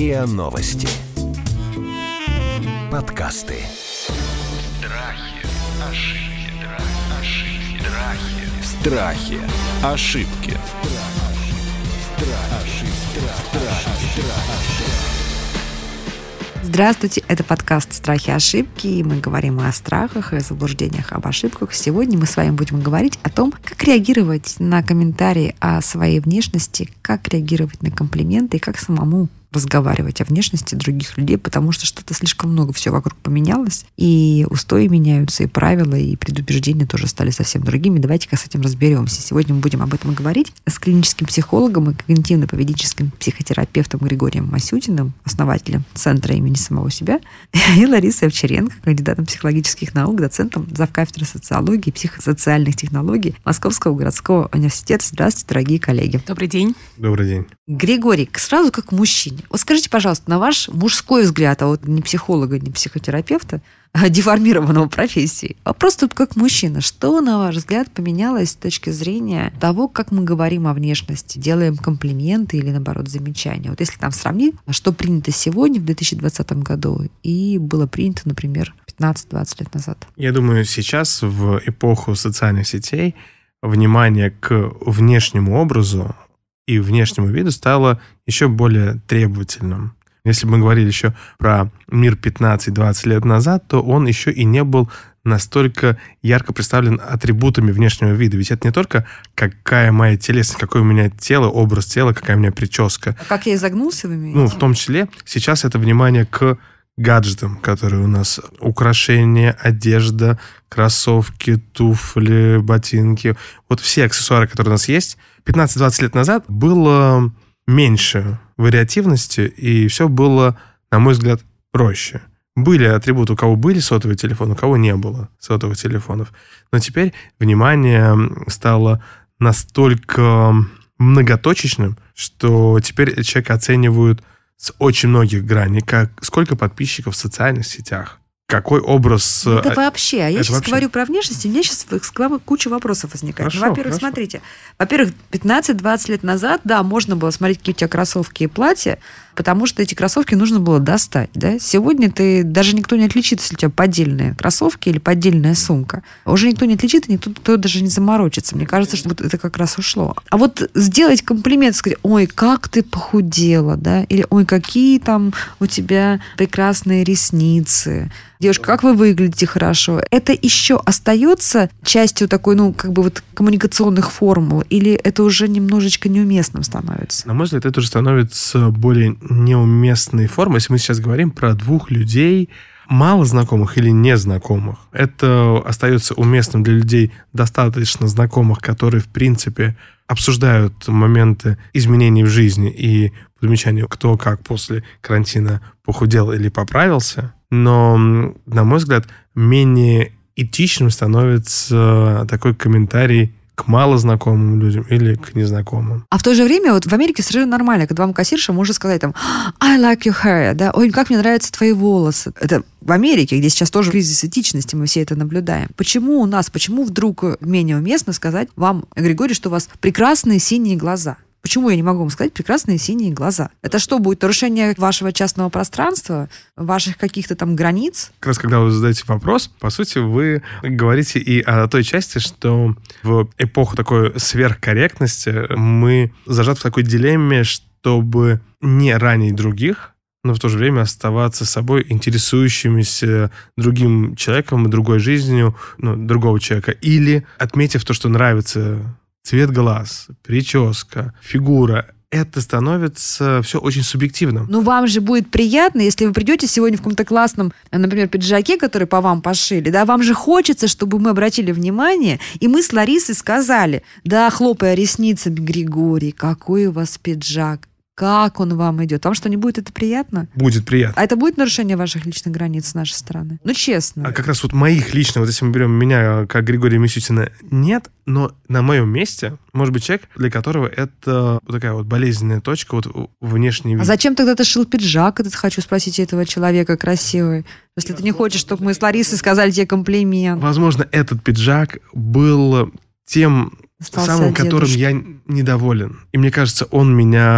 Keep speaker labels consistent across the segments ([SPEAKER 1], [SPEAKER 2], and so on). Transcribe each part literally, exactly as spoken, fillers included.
[SPEAKER 1] РИА Новости. Подкасты.
[SPEAKER 2] Страхи, ошибки, ошибки, страхи.
[SPEAKER 1] Страхи, ошибки.
[SPEAKER 3] Здравствуйте, это подкаст «Страхи и ошибки», и мы говорим о страхах, о заблуждениях, об ошибках. Сегодня мы с вами будем говорить о том, как реагировать на комментарии о своей внешности, как реагировать на комплименты и как самому разговаривать о внешности других людей, потому что что-то слишком много все вокруг поменялось, и устои меняются, и правила, и предубеждения тоже стали совсем другими. Давайте-ка с этим разберемся. Сегодня мы будем об этом говорить с клиническим психологом и когнитивно-поведенческим психотерапевтом Григорием Масютиным, основателем Центра имени самого себя, и Ларисой Овчаренко, кандидатом психологических наук, доцентом завкафедры социологии и психосоциальных технологий Московского городского университета. Здравствуйте, дорогие коллеги.
[SPEAKER 4] Добрый день.
[SPEAKER 5] Добрый день.
[SPEAKER 3] Григорий, сразу как мужчине. Вот скажите, пожалуйста, на ваш мужской взгляд, а вот не психолога, не психотерапевта, а деформированного профессии, а просто как мужчина, что, на ваш взгляд, поменялось с точки зрения того, как мы говорим о внешности, делаем комплименты или, наоборот, замечания? Вот если там сравнить, что принято сегодня, в две тысячи двадцатом году, и было принято, например, пятнадцать-двадцать лет назад.
[SPEAKER 5] Я думаю, сейчас, в эпоху социальных сетей, внимание к внешнему образу и внешнему виду стало еще более требовательным. Если бы мы говорили еще про мир пятнадцать-двадцать лет назад, то он еще и не был настолько ярко представлен атрибутами внешнего вида. Ведь это не только какая моя телесность, какое у меня тело, образ тела, какая у меня прическа.
[SPEAKER 3] А как я изогнулся, вы имеете?
[SPEAKER 5] Ну, в том числе сейчас это внимание к гаджетам, которые у нас украшения, одежда, кроссовки, туфли, ботинки. Вот все аксессуары, которые у нас есть. пятнадцать-двадцать лет назад было меньше вариативности, и все было, на мой взгляд, проще. Были атрибуты, у кого были сотовые телефоны, у кого не было сотовых телефонов. Но теперь внимание стало настолько многоточечным, что теперь человека оценивают с очень многих граней, как сколько подписчиков в социальных сетях, какой образ...
[SPEAKER 3] Это вообще. А я
[SPEAKER 5] это
[SPEAKER 3] сейчас
[SPEAKER 5] вообще.
[SPEAKER 3] говорю про внешность, и мне сейчас к вам куча вопросов возникает.
[SPEAKER 5] Хорошо,
[SPEAKER 3] ну, во-первых,
[SPEAKER 5] хорошо.
[SPEAKER 3] смотрите. Во-первых, пятнадцать-двадцать лет назад, да, можно было смотреть, какие у тебя кроссовки и платья, потому что эти кроссовки нужно было достать. Да? Сегодня ты даже никто не отличит, если у тебя поддельные кроссовки или поддельная сумка. Уже никто не отличит, и никто, никто даже не заморочится. Мне кажется, что вот это как раз ушло. А вот сделать комплимент, сказать: ой, как ты похудела, да? Или ой, какие там у тебя прекрасные ресницы. Девушка, как вы выглядите хорошо. Это еще остается частью такой, ну, как бы вот коммуникационных формул, или это уже немножечко неуместным становится?
[SPEAKER 5] На мой взгляд, это уже становится более неуместной формой, если мы сейчас говорим про двух людей, мало знакомых или незнакомых. Это остается уместным для людей достаточно знакомых, которые, в принципе, обсуждают моменты изменений в жизни и замечания, кто как после карантина похудел или поправился. Но, на мой взгляд, менее этичным становится такой комментарий к малознакомым людям или к незнакомым.
[SPEAKER 3] А в то же время вот в Америке совершенно нормально, когда вам кассирша может сказать там I like your hair, да, ой, как мне нравятся твои волосы. Это в Америке, где сейчас тоже кризис этичности, мы все это наблюдаем. Почему у нас, почему вдруг менее уместно сказать вам, Григорий, что у вас прекрасные синие глаза? Почему я не могу вам сказать прекрасные синие глаза? Это что, будет нарушение вашего частного пространства, ваших каких-то там границ?
[SPEAKER 5] Как раз когда вы задаете вопрос, по сути, вы говорите и о той части, что в эпоху такой сверхкорректности мы зажаты в такой дилемме, чтобы не ранить других, но в то же время оставаться собой, интересующимися другим человеком, другой жизнью, ну, другого человека. Или отметив то, что нравится... Цвет глаз, прическа, фигура. Это становится все очень субъективным.
[SPEAKER 3] Ну, вам же будет приятно, если вы придете сегодня в каком-то классном, например, пиджаке, который по вам пошили, да, вам же хочется, чтобы мы обратили внимание, и мы с Ларисой сказали, да, хлопая ресницами: Григорий, какой у вас пиджак, как он вам идет. Вам что, не будет это приятно?
[SPEAKER 5] Будет приятно.
[SPEAKER 3] А это будет нарушение ваших личных границ с нашей стороны? Ну, честно.
[SPEAKER 5] А как раз вот моих личных, вот если мы берем меня, как Григория Масютина, нет, но на моем месте может быть человек, для которого это вот такая вот болезненная точка, вот внешний вид.
[SPEAKER 3] А зачем тогда ты шил пиджак, этот, хочу спросить, этого человека красивый? Если ты не хочешь, чтобы мы с Ларисой сказали тебе комплимент.
[SPEAKER 5] Возможно, этот пиджак был тем
[SPEAKER 3] Остался
[SPEAKER 5] самым,
[SPEAKER 3] от
[SPEAKER 5] которым
[SPEAKER 3] дедушки.
[SPEAKER 5] я недоволен. И мне кажется, он меня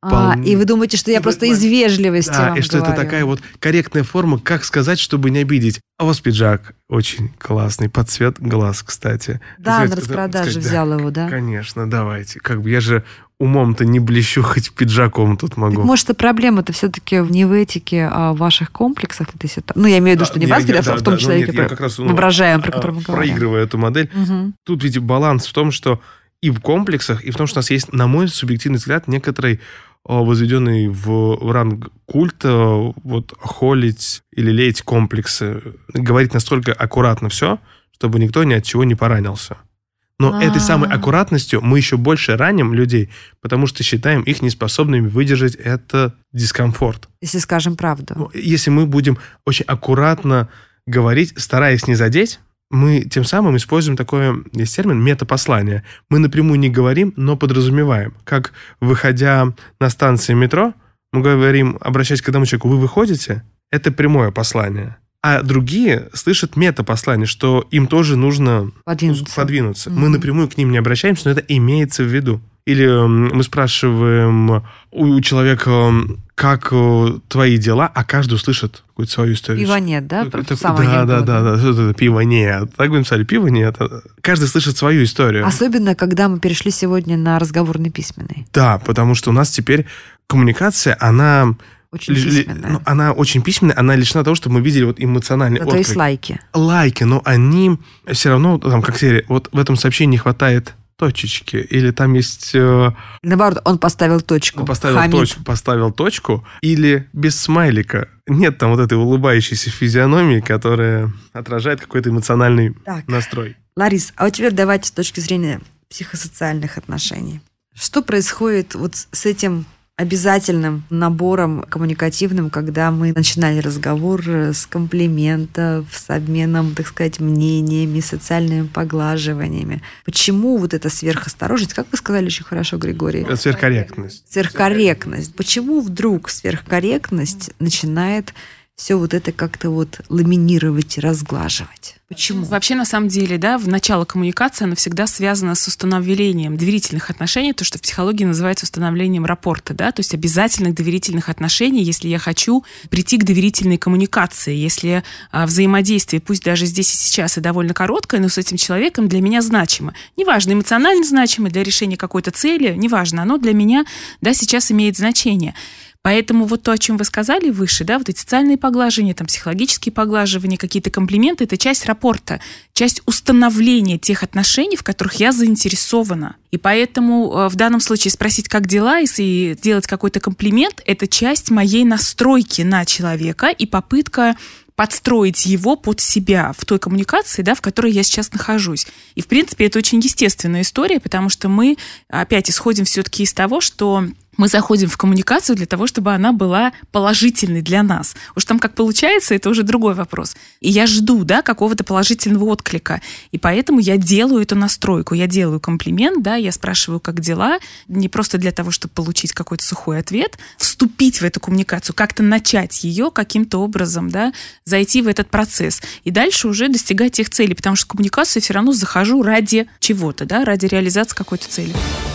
[SPEAKER 3] А, и вы думаете, что я
[SPEAKER 5] И
[SPEAKER 3] просто
[SPEAKER 5] вы-
[SPEAKER 3] из вежливости
[SPEAKER 5] Да,
[SPEAKER 3] вам
[SPEAKER 5] и что
[SPEAKER 3] говорю.
[SPEAKER 5] это такая вот корректная форма, как сказать, чтобы не обидеть. А у вас пиджак очень классный, под цвет глаз, кстати.
[SPEAKER 3] Да,
[SPEAKER 5] Знаете,
[SPEAKER 3] на распродаже
[SPEAKER 5] сказать, да,
[SPEAKER 3] взял его, да?
[SPEAKER 5] Конечно, давайте. Как бы я же умом-то не блещу, хоть пиджаком тут могу.
[SPEAKER 3] Так, может, и проблема-то все-таки не в этике, а в ваших комплексах этой ситуации. Ну, я имею в виду, что не
[SPEAKER 5] Я-
[SPEAKER 3] вас,
[SPEAKER 5] я-
[SPEAKER 3] говорят,
[SPEAKER 5] да,
[SPEAKER 3] а в том
[SPEAKER 5] да,
[SPEAKER 3] числе,
[SPEAKER 5] ну,
[SPEAKER 3] и
[SPEAKER 5] нет, я
[SPEAKER 3] про-
[SPEAKER 5] как раз, ну,
[SPEAKER 3] воображаем, про
[SPEAKER 5] а,
[SPEAKER 3] которую мы говорим.
[SPEAKER 5] проигрываю эту модель.
[SPEAKER 3] Мгм.
[SPEAKER 5] Тут ведь баланс в том, что и в комплексах, и в том, что у нас есть, на мой субъективный взгляд, некоторый о, возведенный в ранг культа вот холить или леять комплексы, говорить настолько аккуратно все, чтобы никто ни от чего не поранился. Но
[SPEAKER 3] А.
[SPEAKER 5] этой самой аккуратностью мы еще больше раним людей, потому что считаем их неспособными выдержать этот дискомфорт.
[SPEAKER 3] Если скажем правду.
[SPEAKER 5] Ну, Если мы будем очень аккуратно говорить, стараясь не задеть, мы тем самым используем такой, есть термин, метапослание. Мы напрямую не говорим, но подразумеваем. Как, выходя на станции метро, мы говорим, обращаясь к этому человеку, вы выходите, это прямое послание. А другие слышат метапослание, что им тоже нужно
[SPEAKER 3] Подвинуться.
[SPEAKER 5] подвинуться.
[SPEAKER 3] Мгм.
[SPEAKER 5] Мы напрямую к ним не обращаемся, но это имеется в виду. Или м, мы спрашиваем у человека, м, как э, твои дела, а каждый услышит какую-то свою историю.
[SPEAKER 3] Пива нет, да?
[SPEAKER 5] Это-
[SPEAKER 3] Про- самый
[SPEAKER 5] да, да,
[SPEAKER 3] анекдот.
[SPEAKER 5] да, да, что это пива нет. Так бы написали, пива нет. Каждый слышит свою историю.
[SPEAKER 3] Особенно, когда мы перешли сегодня на разговорный письменный.
[SPEAKER 5] Да, потому что у нас теперь коммуникация, она,
[SPEAKER 3] Очень
[SPEAKER 5] ли- ли-
[SPEAKER 3] письменная.
[SPEAKER 5] ну, она очень письменная, она лишена того, что мы видели вот эмоциональный
[SPEAKER 3] Ну, то есть
[SPEAKER 5] отклик.
[SPEAKER 3] лайки.
[SPEAKER 5] Лайки, но они все равно, там, как серия, вот в этом сообщении не хватает точечки, или там есть... э,
[SPEAKER 3] Наоборот, он поставил точку.
[SPEAKER 5] Он поставил
[SPEAKER 3] Хамит.
[SPEAKER 5] точку, поставил точку, или без смайлика. Нет там вот этой улыбающейся физиономии, которая отражает какой-то эмоциональный
[SPEAKER 3] Так.
[SPEAKER 5] настрой.
[SPEAKER 3] Ларис, а вот теперь давайте с точки зрения психосоциальных отношений. Что происходит вот с- с этим обязательным набором коммуникативным, когда мы начинали разговор с комплиментов, с обменом, так сказать, мнениями, социальными поглаживаниями? Почему вот эта сверхосторожность, как вы сказали очень хорошо, Григорий?
[SPEAKER 5] Это сверхкорректность.
[SPEAKER 3] Сверхкорректность. Почему вдруг сверхкорректность начинает все вот это как-то вот ламинировать и разглаживать? Почему?
[SPEAKER 4] Вообще, на самом деле, да, в начало коммуникации, она всегда связана с установлением доверительных отношений, то, что в психологии называется установлением рапорта, да, то есть обязательных доверительных отношений, если я хочу прийти к доверительной коммуникации, если а, взаимодействие, пусть даже здесь и сейчас и довольно короткое, но с этим человеком для меня значимо. Неважно, эмоционально значимо для решения какой-то цели, неважно, оно для меня, да, сейчас имеет значение. Поэтому вот то, о чем вы сказали выше, да, вот эти социальные поглаживания, там, психологические поглаживания, какие-то комплименты, это часть рапорта, часть установления тех отношений, в которых я заинтересована. И поэтому э, в данном случае спросить, как дела, и сделать какой-то комплимент, это часть моей настройки на человека и попытка подстроить его под себя в той коммуникации, да, в которой я сейчас нахожусь. И, в принципе, это очень естественная история, потому что мы опять исходим все-таки из того, что мы заходим в коммуникацию для того, чтобы она была положительной для нас. Уж там как получается, это уже другой вопрос. И я жду, да, какого-то положительного отклика. И поэтому я делаю эту настройку. Я делаю комплимент, да, я спрашиваю, как дела, не просто для того, чтобы получить какой-то сухой ответ, вступить в эту коммуникацию, как-то начать ее каким-то образом, да, зайти в этот процесс. И дальше уже достигать тех целей, потому что в коммуникацию все равно захожу ради чего-то, да, ради реализации какой-то цели.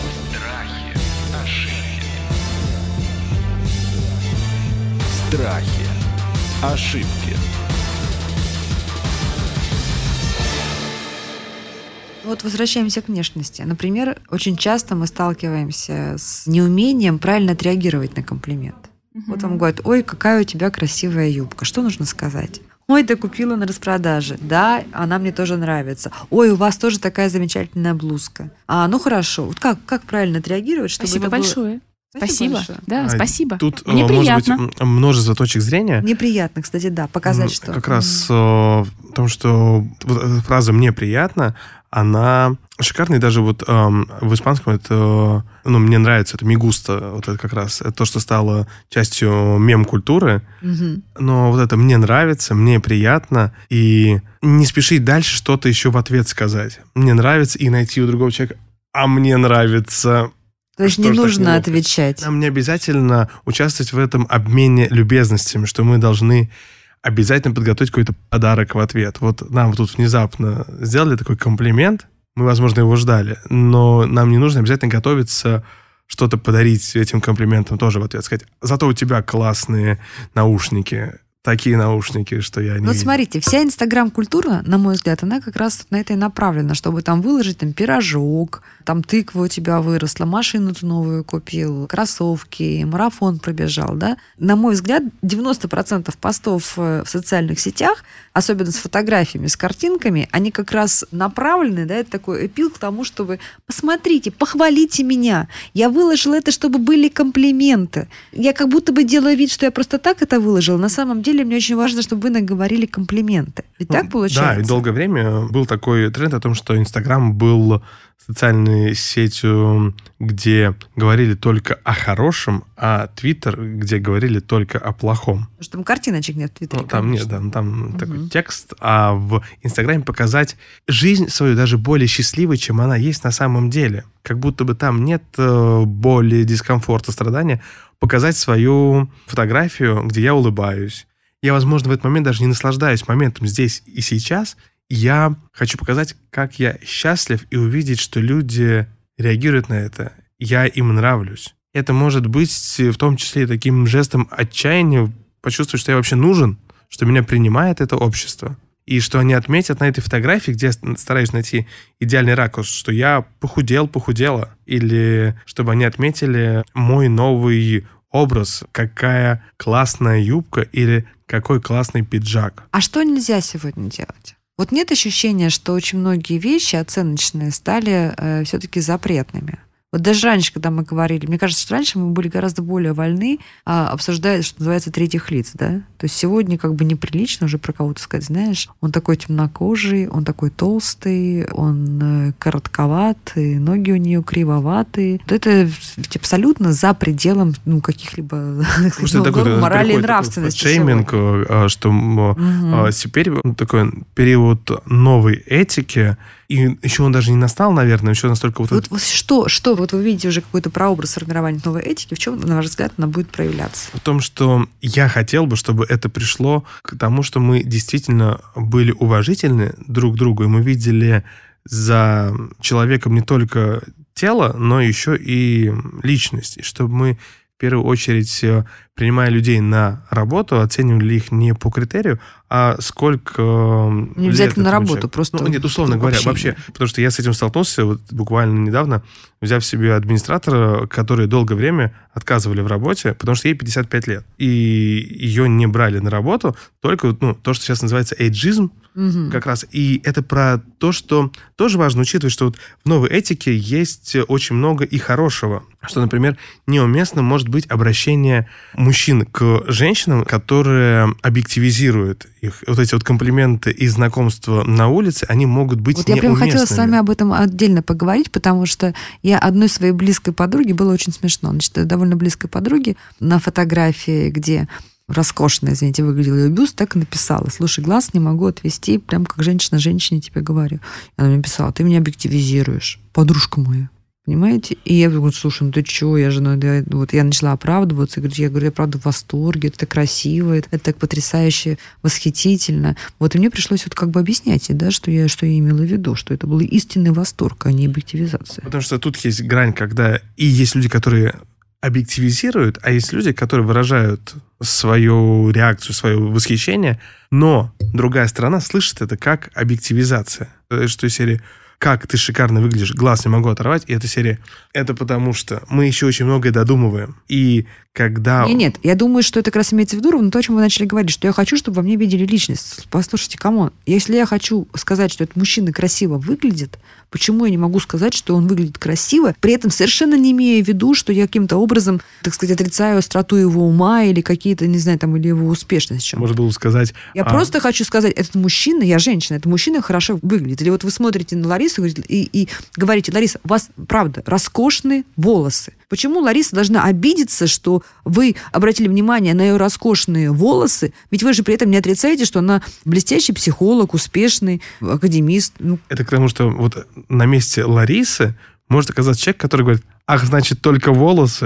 [SPEAKER 1] Страхи. Ошибки.
[SPEAKER 3] Вот возвращаемся к внешности. Например, очень часто мы сталкиваемся с неумением правильно отреагировать на комплимент. Вот вам говорят: ой, какая у тебя красивая юбка. Что нужно сказать? Ой, ты купила на распродаже. Да, она мне тоже нравится. Ой, у вас тоже такая замечательная блузка. А, ну хорошо. Вот как, как правильно отреагировать, чтобы
[SPEAKER 4] Спасибо
[SPEAKER 3] это было-
[SPEAKER 4] большое. Спасибо.
[SPEAKER 3] большое.
[SPEAKER 4] Да,
[SPEAKER 5] А
[SPEAKER 4] спасибо.
[SPEAKER 5] Тут, э,
[SPEAKER 4] Мне
[SPEAKER 5] может
[SPEAKER 4] приятно.
[SPEAKER 5] быть, м, множество точек зрения.
[SPEAKER 3] Неприятно, кстати, да, показать,
[SPEAKER 5] М,
[SPEAKER 3] что...
[SPEAKER 5] Как раз э, в том, что вот эта фраза «мне приятно», она шикарная. И даже вот эм, в испанском это, ну, мне нравится, это «мигуста», вот это как раз это то, что стало частью мем-культуры.
[SPEAKER 3] Мгм.
[SPEAKER 5] Но вот это «мне нравится», «мне приятно», и не спешить дальше что-то еще в ответ сказать. «Мне нравится», и найти у другого человека «а мне нравится».
[SPEAKER 3] То есть
[SPEAKER 5] Что
[SPEAKER 3] не
[SPEAKER 5] ж так
[SPEAKER 3] нужно
[SPEAKER 5] неловко?
[SPEAKER 3] отвечать.
[SPEAKER 5] Нам не обязательно участвовать в этом обмене любезностями, что мы должны обязательно подготовить какой-то подарок в ответ. Вот нам тут внезапно сделали такой комплимент, мы, возможно, его ждали, но нам не нужно обязательно готовиться что-то подарить этим комплиментом тоже в ответ. Сказать, зато у тебя классные наушники. Такие наушники, что я не
[SPEAKER 3] Вот
[SPEAKER 5] видел.
[SPEAKER 3] смотрите, вся инстаграм-культура, на мой взгляд, она как раз на это и направлена, чтобы там выложить там пирожок, там тыква у тебя выросла, машину ты новую купил, кроссовки, марафон пробежал, да? На мой взгляд, девяносто процентов постов в социальных сетях, особенно с фотографиями, с картинками, они как раз направлены, да, это такой эпил к тому, чтобы посмотрите, похвалите меня. Я выложила это, чтобы были комплименты. Я как будто бы делаю вид, что я просто так это выложила. На самом деле мне очень важно, чтобы вы наговорили комплименты. Ведь
[SPEAKER 5] Ну,
[SPEAKER 3] так получается?
[SPEAKER 5] Да, и долгое время был такой тренд о том, что Инстаграм был социальной сетью, где говорили только о хорошем, а Твиттер, где говорили только о плохом.
[SPEAKER 3] Потому что там картиночек нет в Твиттере.
[SPEAKER 5] Ну, там нет,
[SPEAKER 3] конечно.
[SPEAKER 5] да, там
[SPEAKER 3] Мгм.
[SPEAKER 5] такой текст, а в Инстаграме показать жизнь свою даже более счастливой, чем она есть на самом деле. Как будто бы там нет э, боли, дискомфорта, страдания. Показать свою фотографию, где я улыбаюсь. Я, возможно, в этот момент даже не наслаждаюсь моментом здесь и сейчас. Я хочу показать, как я счастлив, и увидеть, что люди реагируют на это. Я им нравлюсь. Это может быть в том числе и таким жестом отчаяния, почувствовать, что я вообще нужен, что меня принимает это общество. И что они отметят на этой фотографии, где я стараюсь найти идеальный ракурс, что я похудел, похудела. Или чтобы они отметили мой новый образ, какая классная юбка или какой классный пиджак.
[SPEAKER 3] А что нельзя сегодня делать? Вот нет ощущения, что очень многие вещи оценочные стали э, все-таки запретными. Вот даже раньше, когда мы говорили, мне кажется, что раньше мы были гораздо более вольны, а, обсуждая, что называется, третьих лиц, да? То есть сегодня как бы неприлично уже про кого-то сказать, знаешь, он такой темнокожий, он такой толстый, он э, коротковат, и ноги у нее кривоватые. Вот это абсолютно за пределом ну, каких-либо
[SPEAKER 5] Потому что
[SPEAKER 3] ну,
[SPEAKER 5] такой,
[SPEAKER 3] норм морали и
[SPEAKER 5] приходит
[SPEAKER 3] нравственности.
[SPEAKER 5] такой шейминг,
[SPEAKER 3] сегодня.
[SPEAKER 5] а, что м,
[SPEAKER 3] Мгм.
[SPEAKER 5] а, теперь такой период новой этики, и еще он даже не настал, наверное, еще настолько вот...
[SPEAKER 3] Вот, вот что, что, вот вы видите уже какой-то прообраз формирования новой этики, в чем, на ваш взгляд, она будет проявляться?
[SPEAKER 5] В том, что я хотел бы, чтобы это пришло к тому, что мы действительно были уважительны друг к другу, и мы видели за человеком не только тело, но еще и личность. И чтобы мы в первую очередь, принимая людей на работу, оценивали их не по критерию, а сколько...
[SPEAKER 3] Не обязательно на работу, просто...
[SPEAKER 5] Ну, нет, условно говоря, вообще, потому что я с этим столкнулся вот буквально недавно, взяв себе администратора, который долгое время отказывали в работе, потому что ей пятьдесят пять лет. И ее не брали на работу, только ну, то, что сейчас называется эйджизм,
[SPEAKER 3] Мгм.
[SPEAKER 5] как раз. И это про то, что тоже важно учитывать, что вот в новой этике есть очень много и хорошего. Что, например, неуместно может быть обращение мужчин к женщинам, которые объективизируют их. Вот эти вот комплименты и знакомства на улице, они могут быть
[SPEAKER 3] Вот я прям
[SPEAKER 5] неуместными.
[SPEAKER 3] хотела с вами об этом отдельно поговорить, потому что я одной своей близкой подруге было очень смешно. Значит, довольно близкой подруге на фотографии, где роскошно, извините, выглядел ее бюст, так и написала: слушай, глаз не могу отвести, прям как женщина женщине тебе говорю. И она мне написала: ты меня объективизируешь, подружка моя. Понимаете? И я говорю: слушай, ну ты чего, я же, ну, я, вот я начала оправдываться, и говорю, я говорю, я правда в восторге, это так красиво, это, это так потрясающе, восхитительно. Вот и мне пришлось вот как бы объяснять, да, что я, что я имела в виду, что это был истинный восторг, а не объективизация.
[SPEAKER 5] Потому что тут есть грань, когда и есть люди, которые объективизируют, а есть люди, которые выражают свою реакцию, свое восхищение, но другая сторона слышит это как объективизация. Что из серии «Как ты шикарно выглядишь, глаз не могу оторвать», и эта серия «Это потому что мы еще очень многое додумываем». И когда...
[SPEAKER 3] Нет, нет, я думаю, что это как раз имеется в виду ровно то, о чем вы начали говорить, что я хочу, чтобы во мне видели личность. Послушайте, камон, если я хочу сказать, что этот мужчина красиво выглядит, почему я не могу сказать, что он выглядит красиво, при этом совершенно не имея в виду, что я каким-то образом, так сказать, отрицаю остроту его ума или какие-то, не знаю, там, или его успешность в чем-то.
[SPEAKER 5] Можно было сказать...
[SPEAKER 3] Я
[SPEAKER 5] а...
[SPEAKER 3] просто хочу сказать, этот мужчина, я женщина, этот мужчина хорошо выглядит. Или вот вы смотрите на Ларису и, и говорите: Лариса, у вас, правда, роскошные волосы. Почему Лариса должна обидеться, что вы обратили внимание на ее роскошные волосы? Ведь вы же при этом не отрицаете, что она блестящий психолог, успешный академист. Ну,
[SPEAKER 5] Это к тому, что вот на месте Ларисы может оказаться человек, который говорит: ах, значит, только волосы,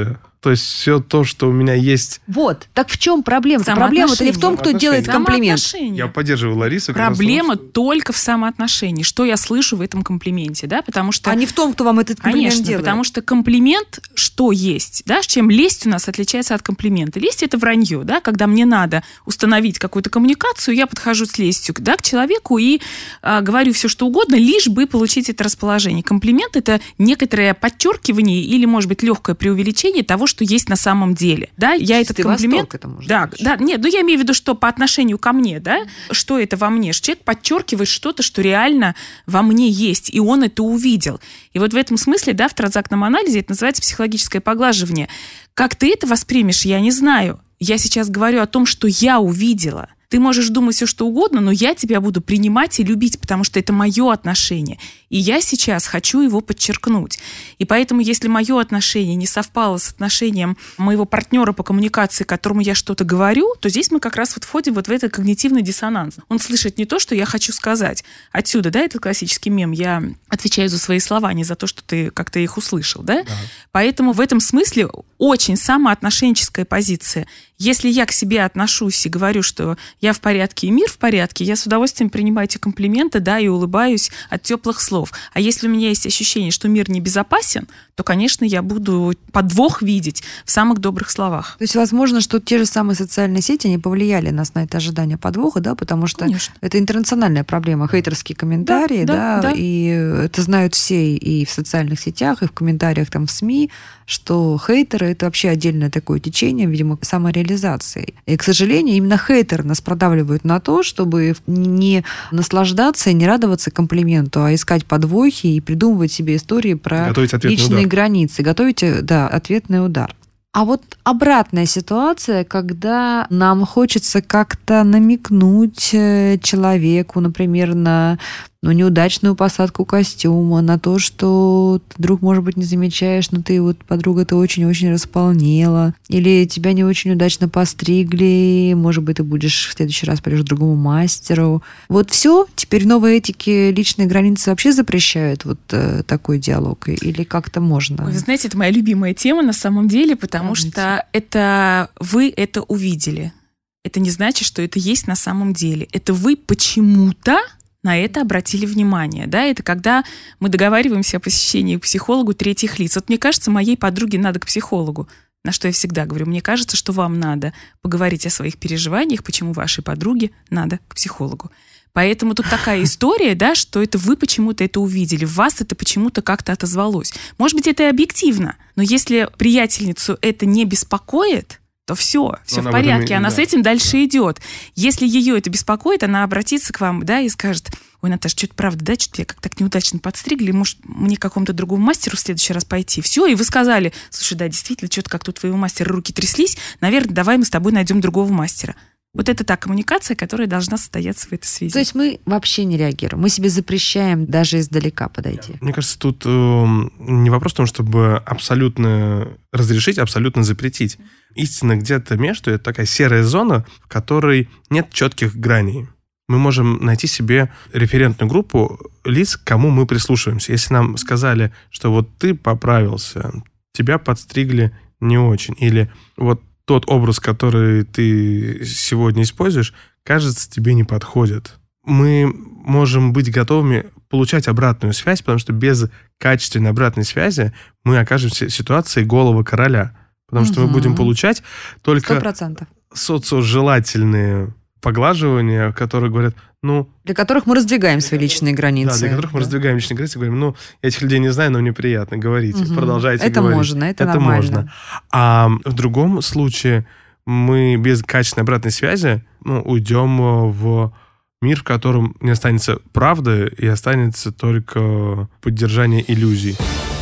[SPEAKER 5] То есть все то, что у меня есть...
[SPEAKER 3] Вот. Так в чем проблема? Проблема-то не в том, кто делает комплимент.
[SPEAKER 5] Я поддерживаю Ларису.
[SPEAKER 4] Проблема только в самоотношении. Что я слышу в этом комплименте, да? Потому что...
[SPEAKER 3] А не в том, кто вам этот комплимент
[SPEAKER 4] Конечно,
[SPEAKER 3] делает.
[SPEAKER 4] потому что комплимент, что есть, да? Чем лесть у нас отличается от комплимента? Лесть – это вранье, да? Когда мне надо установить какую-то коммуникацию, я подхожу с лестью, да, к человеку и а, говорю все, что угодно, лишь бы получить это расположение. Комплимент – это некоторое подчеркивание или, может быть, легкое преувеличение того, что есть на самом деле. Да, я этот комплимент...
[SPEAKER 3] Это может
[SPEAKER 4] да,
[SPEAKER 3] быть.
[SPEAKER 4] да, нет, ну я имею в виду, что по отношению ко мне, да, что это во мне, что человек подчеркивает что-то, что реально во мне есть, и он это увидел. И вот в этом смысле, да, в транзактном анализе это называется психологическое поглаживание. Как ты это воспримешь, я не знаю. Я сейчас говорю о том, что я увидела. Ты можешь думать все, что угодно, но я тебя буду принимать и любить, потому что это мое отношение. И я сейчас хочу его подчеркнуть. И поэтому, если мое отношение не совпало с отношением моего партнера по коммуникации, которому я что-то говорю, то здесь мы как раз вот входим вот в этот когнитивный диссонанс. Он слышит не то, что я хочу сказать. Отсюда, да, это классический мем. Я отвечаю за свои слова, не за то, что ты как-то их услышал, да? Да. Поэтому в этом смысле очень самоотношенческая позиция. Если я к себе отношусь и говорю, что я в порядке и мир в порядке, я с удовольствием принимаю эти комплименты, да, и улыбаюсь от теплых слов. А если у меня есть ощущение, что мир небезопасен, то, конечно, я буду подвох видеть в самых добрых словах.
[SPEAKER 3] То есть, возможно, что те же самые социальные сети, они повлияли нас на это ожидание подвоха, да, потому что конечно. Это интернациональная проблема, хейтерские комментарии, да, да, да, да, и это знают все и в социальных сетях, и в комментариях там в СМИ, что хейтеры — это вообще отдельное такое течение, видимо, самореализации. И, к сожалению, именно хейтеры нас продавливают на то, чтобы не наслаждаться и не радоваться комплименту, а искать подвохи и придумывать себе истории про личные удар. границы. Готовить, да, ответный удар. А вот обратная ситуация, когда нам хочется как-то намекнуть человеку, например, на ну, неудачную посадку костюма, на то, что ты вдруг, может быть, не замечаешь, но ты вот, подруга, ты очень-очень располнела, или тебя не очень удачно постригли, может быть, ты будешь в следующий раз пойдешь к другому мастеру. Вот все, теперь новые этики личные границы вообще запрещают вот э, такой диалог, или как-то можно?
[SPEAKER 4] Вы знаете, это моя любимая тема на самом деле, потому Помните. что это вы это увидели. Это не значит, что это есть на самом деле. Это вы почему-то на это обратили внимание. Да? Это когда мы договариваемся о посещении к психологу третьих лиц. Вот мне кажется, моей подруге надо к психологу. На что я всегда говорю, мне кажется, что вам надо поговорить о своих переживаниях, почему вашей подруге надо к психологу. Поэтому тут такая история, да, что это вы почему-то это увидели, в вас это почему-то как-то отозвалось. Может быть, это и объективно, но если приятельницу это не беспокоит, то все, все в порядке, этом, она да. с этим дальше да. идет. Если ее это беспокоит, она обратится к вам, да, и скажет: ой, Наташа, что-то правда, да, что-то я как-то так неудачно подстригли, может, мне к какому-то другому мастеру в следующий раз пойти. Все, и вы сказали: слушай, да, действительно, что-то как-то у твоего мастера руки тряслись, наверное, давай мы с тобой найдем другого мастера. Вот это та коммуникация, которая должна состояться в этой связи.
[SPEAKER 3] То есть мы вообще не реагируем, мы себе запрещаем даже издалека подойти.
[SPEAKER 5] Мне кажется, тут э, не вопрос в том, чтобы абсолютно разрешить, абсолютно запретить. Истина где-то между, это такая серая зона, в которой нет четких граней. Мы можем найти себе референтную группу лиц, к кому мы прислушиваемся. Если нам сказали, что вот ты поправился, тебя подстригли не очень, или вот тот образ, который ты сегодня используешь, кажется, тебе не подходит. Мы можем быть готовыми получать обратную связь, потому что без качественной обратной связи мы окажемся в ситуации голого короля. Потому угу. что мы будем получать только
[SPEAKER 3] сто процентов
[SPEAKER 5] социожелательные поглаживания, которые говорят, ну...
[SPEAKER 3] Для которых мы раздвигаем свои личные границы.
[SPEAKER 5] Да, для которых да. мы раздвигаем личные границы, говорим, ну, я этих людей не знаю, но мне приятно, говорите, угу. продолжайте
[SPEAKER 3] это
[SPEAKER 5] говорить.
[SPEAKER 3] Можно, это, это
[SPEAKER 5] нормально.
[SPEAKER 3] Можно.
[SPEAKER 5] А в другом случае мы без качественной обратной связи ну, уйдем в мир, в котором не останется правды и останется только поддержание иллюзий.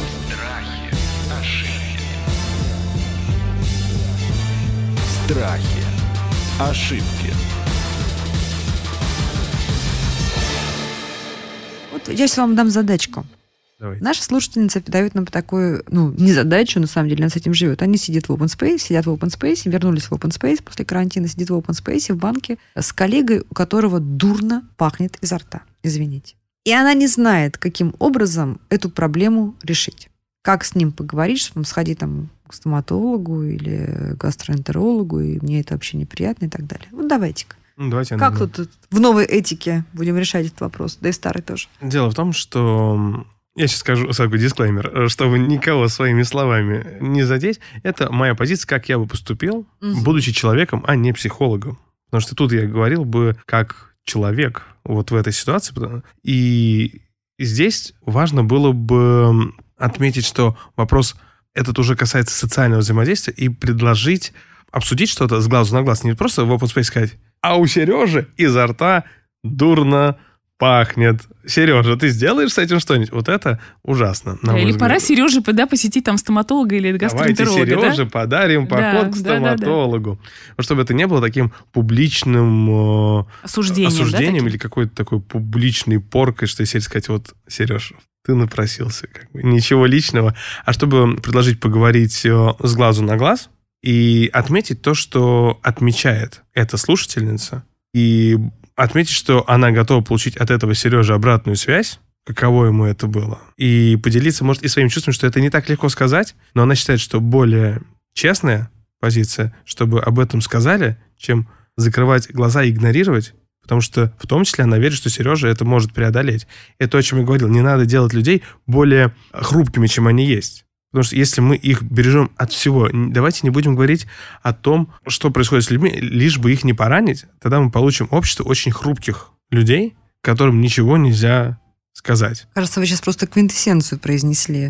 [SPEAKER 1] Страхи, ошибки.
[SPEAKER 3] Вот я сейчас вам дам задачку.
[SPEAKER 5] Давайте.
[SPEAKER 3] Наша слушательница дает нам такую, ну, не задачу, на самом деле, она с этим живет. Они сидят в open space, сидят в open space, вернулись в open space после карантина, сидят в open space в банке с коллегой, у которого дурно пахнет изо рта. Извините. И она не знает, каким образом эту проблему решить. Как с ним поговорить, что там сходи там к стоматологу или гастроэнтерологу, и мне это вообще неприятно и так далее. Вот давайте-ка.
[SPEAKER 5] Ну, давайте
[SPEAKER 3] как
[SPEAKER 5] я
[SPEAKER 3] тут в новой этике будем решать этот вопрос? Да и старый тоже.
[SPEAKER 5] Дело в том, что... Я сейчас скажу такой дисклеймер, чтобы никого своими словами не задеть. Это моя позиция, как я бы поступил, угу. будучи человеком, а не психологом. Потому что тут я говорил бы как человек вот в этой ситуации. И здесь важно было бы отметить, что вопрос этот уже касается социального взаимодействия, и предложить, обсудить что-то с глазу на глаз. Не просто в open space сказать, а у Сережи изо рта дурно пахнет. Сережа, ты сделаешь с этим что-нибудь? Вот это ужасно.
[SPEAKER 4] Да, или взгляд. Пора Сереже да, посетить там стоматолога или гастроэнтеролога.
[SPEAKER 5] Давайте Сереже
[SPEAKER 4] да?
[SPEAKER 5] подарим поход да, к стоматологу. Да, да, да. Вот чтобы это не было таким публичным осуждением, осуждением да, или какой-то такой публичной поркой, что если сказать, вот, Сереж, ты напросился. Как бы. Ничего личного. А чтобы предложить поговорить с глазу на глаз и отметить то, что отмечает эта слушательница, и отметить, что она готова получить от этого Сережи обратную связь, каково ему это было, и поделиться, может, и своим чувством, что это не так легко сказать, но она считает, что более честная позиция, чтобы об этом сказали, чем закрывать глаза и игнорировать, потому что в том числе она верит, что Сережа это может преодолеть. Это то, о чем я говорил, не надо делать людей более хрупкими, чем они есть. Потому что если мы их бережем от всего, давайте не будем говорить о том, что происходит с людьми, лишь бы их не поранить, тогда мы получим общество очень хрупких людей, которым ничего нельзя сказать.
[SPEAKER 3] Кажется, вы сейчас просто квинтэссенцию произнесли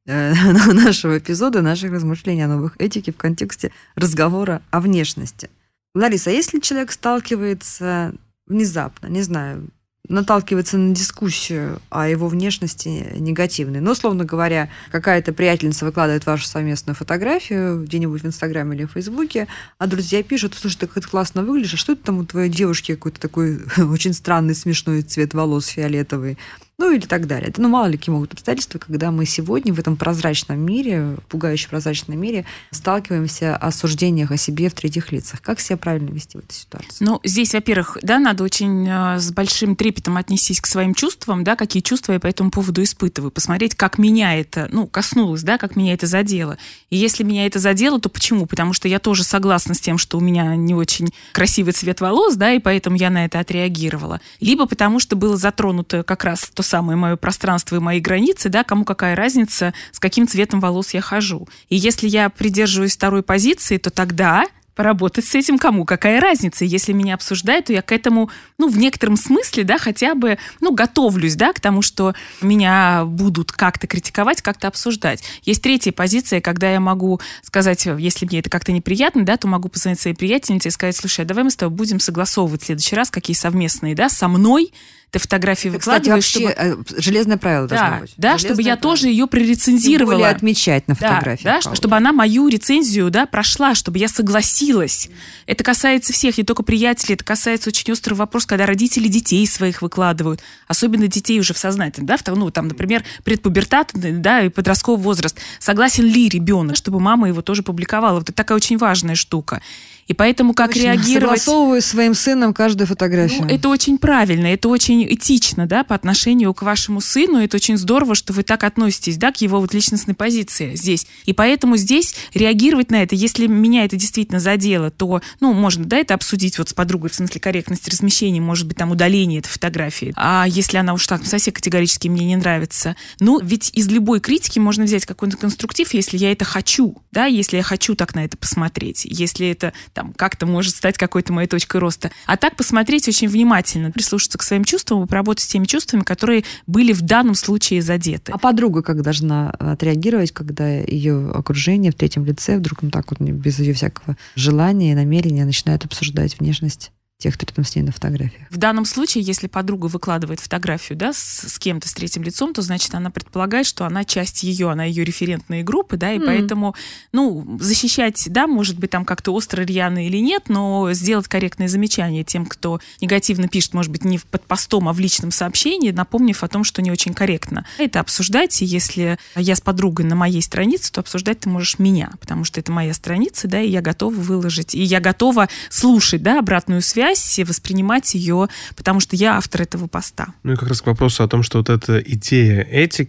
[SPEAKER 3] нашего эпизода, наших размышлений о новых этике в контексте разговора о внешности. Лариса, а если человек сталкивается внезапно, не знаю, наталкивается на дискуссию о его внешности негативной. Но, условно говоря, какая-то приятельница выкладывает вашу совместную фотографию где-нибудь в Инстаграме или в Фейсбуке, а друзья пишут, слушай, ты как классно выглядишь, а что это там у твоей девушки какой-то такой очень странный, смешной цвет волос фиолетовый? Ну, или так далее. Это, ну, мало ли какие могут обстоятельства, когда мы сегодня в этом прозрачном мире, пугающе прозрачном мире, сталкиваемся о суждениях о себе в третьих лицах. Как себя правильно вести в этой ситуации?
[SPEAKER 4] Ну, здесь, во-первых, да, надо очень э, с большим трепетом отнестись к своим чувствам, да, какие чувства я по этому поводу испытываю, посмотреть, как меня это, ну, коснулось, да, как меня это задело. И если меня это задело, то почему? Потому что я тоже согласна с тем, что у меня не очень красивый цвет волос, да, и поэтому я на это отреагировала. Либо потому что было затронуто как раз то самое мое пространство и мои границы, да, кому какая разница, с каким цветом волос я хожу. И если я придерживаюсь второй позиции, то тогда поработать с этим кому? Какая разница? Если меня обсуждают, то я к этому, ну, в некотором смысле, да, хотя бы, ну, готовлюсь, да, к тому, что меня будут как-то критиковать, как-то обсуждать. Есть третья позиция, когда я могу сказать, если мне это как-то неприятно, да, то могу позвонить своей приятельнице и сказать, слушай, а давай мы с тобой будем согласовывать в следующий раз, какие совместные, да, со мной ты фотографии
[SPEAKER 3] это,
[SPEAKER 4] выкладываешь,
[SPEAKER 3] кстати, вообще
[SPEAKER 4] чтобы...
[SPEAKER 3] железное правило
[SPEAKER 4] да,
[SPEAKER 3] должно быть.
[SPEAKER 4] Да,
[SPEAKER 3] железное
[SPEAKER 4] чтобы я
[SPEAKER 3] правило.
[SPEAKER 4] тоже ее прорецензировала.
[SPEAKER 3] Тем более отмечать на фотографии.
[SPEAKER 4] Да, да, чтобы она мою рецензию, да, прошла, чтобы я согласилась. Это касается всех, не только приятелей, это касается очень острый вопрос, когда родители детей своих выкладывают, особенно детей уже в сознательном, да, в, ну, там, например, предпубертатный, да, и подростковый возраст. Согласен ли ребенок, чтобы мама его тоже публиковала? Вот это такая очень важная штука. И поэтому как
[SPEAKER 3] очень
[SPEAKER 4] реагировать...
[SPEAKER 3] Согласовываю своим сыном каждую фотографию.
[SPEAKER 4] Ну, это очень правильно, это очень этично, да, по отношению к вашему сыну. Это очень здорово, что вы так относитесь, да, к его вот личностной позиции здесь. И поэтому здесь реагировать на это, если меня это действительно задело, то, ну, можно, да, это обсудить вот с подругой в смысле корректности размещения, может быть, там, удаление этой фотографии. А если она уж так совсем категорически мне не нравится? Ну, ведь из любой критики можно взять какой-то конструктив, если я это хочу, да, если я хочу так на это посмотреть, если это там как-то может стать какой-то моей точкой роста. А так посмотреть очень внимательно, прислушаться к своим чувствам и поработать с теми чувствами, которые были в данном случае задеты.
[SPEAKER 3] А подруга как должна отреагировать, когда ее окружение в третьем лице вдруг ну, так вот без ее всякого желания и намерения начинает обсуждать внешность тех, кто рядом с ней на фотографиях?
[SPEAKER 4] В данном случае, если подруга выкладывает фотографию, да, с, с кем-то, с третьим лицом, то, значит, она предполагает, что она часть ее, она ее референтные группы, да, и mm. поэтому, ну, защищать, да, может быть, там как-то остро, рьяно или нет, но сделать корректное замечание тем, кто негативно пишет, может быть, не под постом, а в личном сообщении, напомнив о том, что не очень корректно. Это обсуждать, и если я с подругой на моей странице, то обсуждать ты можешь меня, потому что это моя страница, да, и я готова выложить, и я готова слушать, да, обратную связь, воспринимать ее, потому что я автор этого поста.
[SPEAKER 5] Ну и как раз к вопросу о том, что вот эта идея этики,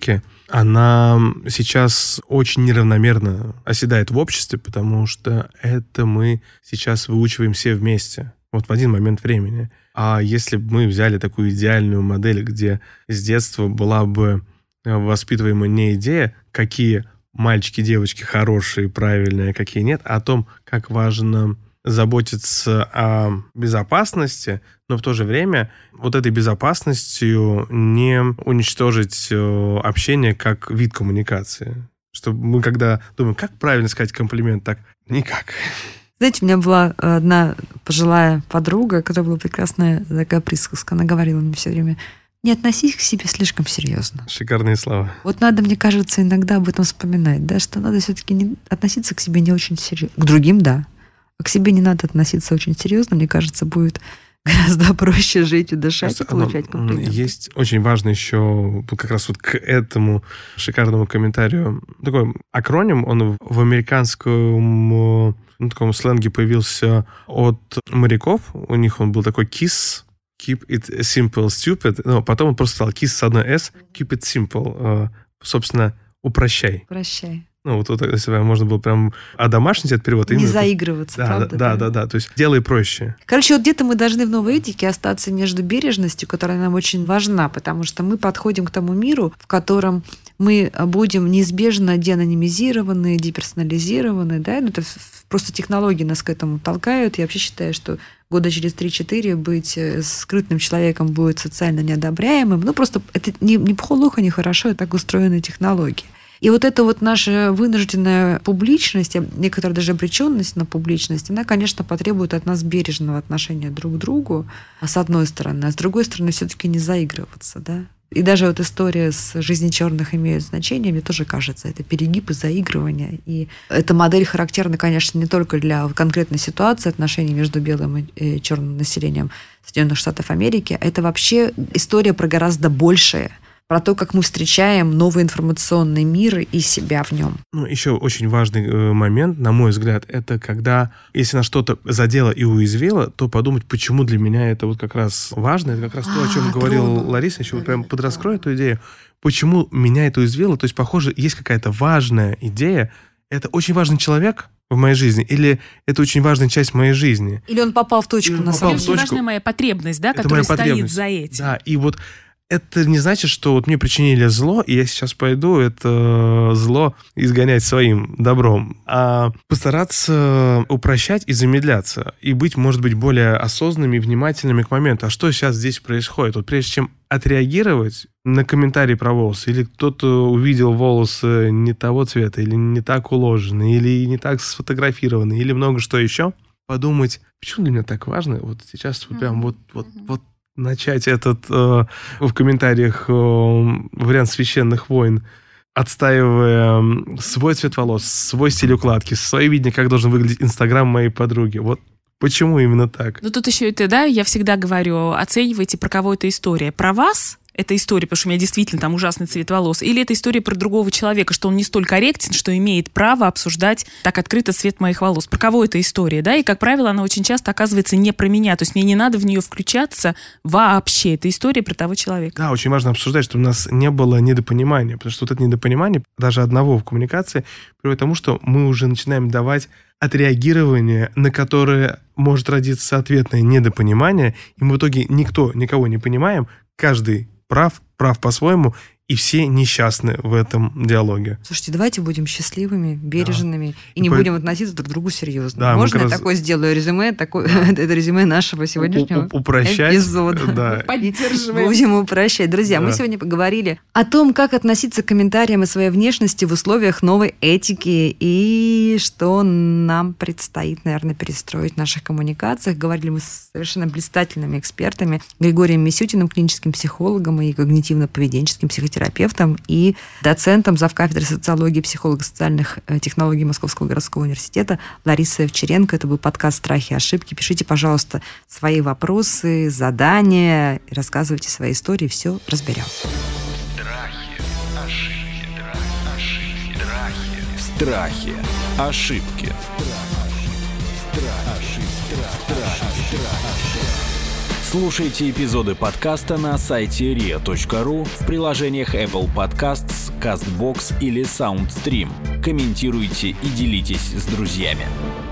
[SPEAKER 5] она сейчас очень неравномерно оседает в обществе, потому что это мы сейчас выучиваем все вместе, вот в один момент времени. А если бы мы взяли такую идеальную модель, где с детства была бы воспитываема не идея, какие мальчики, девочки хорошие, правильные, какие нет, а о том, как важно заботиться о безопасности, но в то же время вот этой безопасностью не уничтожить общение как вид коммуникации. Чтобы мы когда думаем, как правильно сказать комплимент, так никак.
[SPEAKER 3] Знаете, у меня была одна пожилая подруга, которая была прекрасная такая присказка. Она говорила мне все время: не относись к себе слишком серьезно.
[SPEAKER 5] Шикарные слова.
[SPEAKER 3] Вот надо, мне кажется, иногда об этом вспоминать, да, что надо все-таки не относиться к себе не очень серьезно. К другим, да. А к себе не надо относиться очень серьезно. Мне кажется, будет гораздо проще жить и дышать, и получать комплименты.
[SPEAKER 5] Есть очень важно еще как раз вот к этому шикарному комментарию. Такой акроним, он в американском ну, таком сленге появился от моряков. У них он был такой KISS, Keep it simple, stupid. Но потом он просто стал KISS с одной S, Keep it simple. Собственно, упрощай.
[SPEAKER 3] Прощай.
[SPEAKER 5] Ну, вот, вот если можно было прям одомашнить этот перевод.
[SPEAKER 3] Не заигрываться,
[SPEAKER 5] да,
[SPEAKER 3] правда?
[SPEAKER 5] Да, да, да, да. То есть делай проще.
[SPEAKER 3] Короче, вот где-то мы должны в новой этике остаться между бережностью, которая нам очень важна, потому что мы подходим к тому миру, в котором мы будем неизбежно деанонимизированы, деперсонализированы, да, ну, это просто технологии нас к этому толкают. Я вообще считаю, что года через три-четыре быть скрытным человеком будет социально неодобряемым. Ну, просто это не, не плохо, не хорошо, это так устроены технологии. И вот эта вот наша вынужденная публичность, некоторая даже обреченность на публичность, она, конечно, потребует от нас бережного отношения друг к другу, с одной стороны, а с другой стороны, все-таки не заигрываться, да. И даже вот история с «Жизни черных» имеет значение, мне тоже кажется, это перегиб и заигрывание. И эта модель характерна, конечно, не только для конкретной ситуации отношений между белым и черным населением Соединенных Штатов Америки, а это вообще история про гораздо большее, про то, как мы встречаем новый информационный мир и себя в нем.
[SPEAKER 5] Ну, еще очень важный момент, на мой взгляд, это когда, если нас что-то задело и уязвило, то подумать, почему для меня это вот как раз важно, это как раз то, о чем говорил Лариса, еще вот прям подраскрою эту идею, почему меня это уязвило, то есть, похоже, есть какая-то важная идея, это очень важный человек в моей жизни, или это очень важная часть моей жизни.
[SPEAKER 3] Или он попал в точку, на самом деле.
[SPEAKER 4] Очень важная моя потребность, да, которая стоит за этим.
[SPEAKER 5] Да, и вот это не значит, что вот мне причинили зло, и я сейчас пойду это зло изгонять своим добром, а постараться упрощать и замедляться, и быть, может быть, более осознанными и внимательными к моменту. А что сейчас здесь происходит? Вот прежде чем отреагировать на комментарий про волосы, или кто-то увидел волосы не того цвета, или не так уложены, или не так сфотографированы, или много что еще, подумать, почему для меня так важно вот сейчас вот прям вот, вот, вот начать этот э, в комментариях э, вариант «Священных войн», отстаивая свой цвет волос, свой стиль укладки, свое видение, как должен выглядеть Инстаграм моей подруги. Вот почему именно так?
[SPEAKER 4] Ну, тут еще это, да, я всегда говорю, оценивайте, про кого эта история. Про вас эта история, потому что у меня действительно там ужасный цвет волос, или это история про другого человека, что он не столь корректен, что имеет право обсуждать так открыто цвет моих волос. Про кого эта история, да? И, как правило, она очень часто оказывается не про меня. То есть мне не надо в нее включаться вообще. Это история про того человека.
[SPEAKER 5] Да, очень важно обсуждать, чтобы у нас не было недопонимания, потому что вот это недопонимание, даже одного в коммуникации, приводит к тому, что мы уже начинаем давать отреагирование, на которое может родиться ответное недопонимание, и мы в итоге никто, никого не понимаем, каждый прав, прав по-своему, и все несчастны в этом диалоге.
[SPEAKER 3] Слушайте, давайте будем счастливыми, бережными, да. и, и не по... будем относиться друг к другу серьезно.
[SPEAKER 5] Да,
[SPEAKER 3] Можно я
[SPEAKER 5] раз...
[SPEAKER 3] такое сделаю резюме? Такое... это резюме нашего сегодняшнего
[SPEAKER 5] у- упрощать,
[SPEAKER 3] эпизода.
[SPEAKER 5] Да.
[SPEAKER 3] Поддерживаем. Будем упрощать. Друзья, да. мы сегодня поговорили о том, как относиться к комментариям о своей внешности в условиях новой этики и что нам предстоит, наверное, перестроить в наших коммуникациях. Говорили мы с совершенно блистательными экспертами Григорием Мисютиным, клиническим психологом и когнитивно-поведенческим психотерапевтом, терапевтом и доцентом завкафедры социологии и психолого-социальных технологий Московского городского университета Ларисой Овчаренко. Это был подкаст «Страхи и ошибки». Пишите, пожалуйста, свои вопросы, задания, рассказывайте свои истории, все разберем.
[SPEAKER 2] Страхи, ошибки, ошибки, страхи.
[SPEAKER 1] Страхи, ошибки. Слушайте эпизоды подкаста на сайте риа точка ру, в приложениях Apple Podcasts, CastBox или SoundStream. Комментируйте и делитесь с друзьями.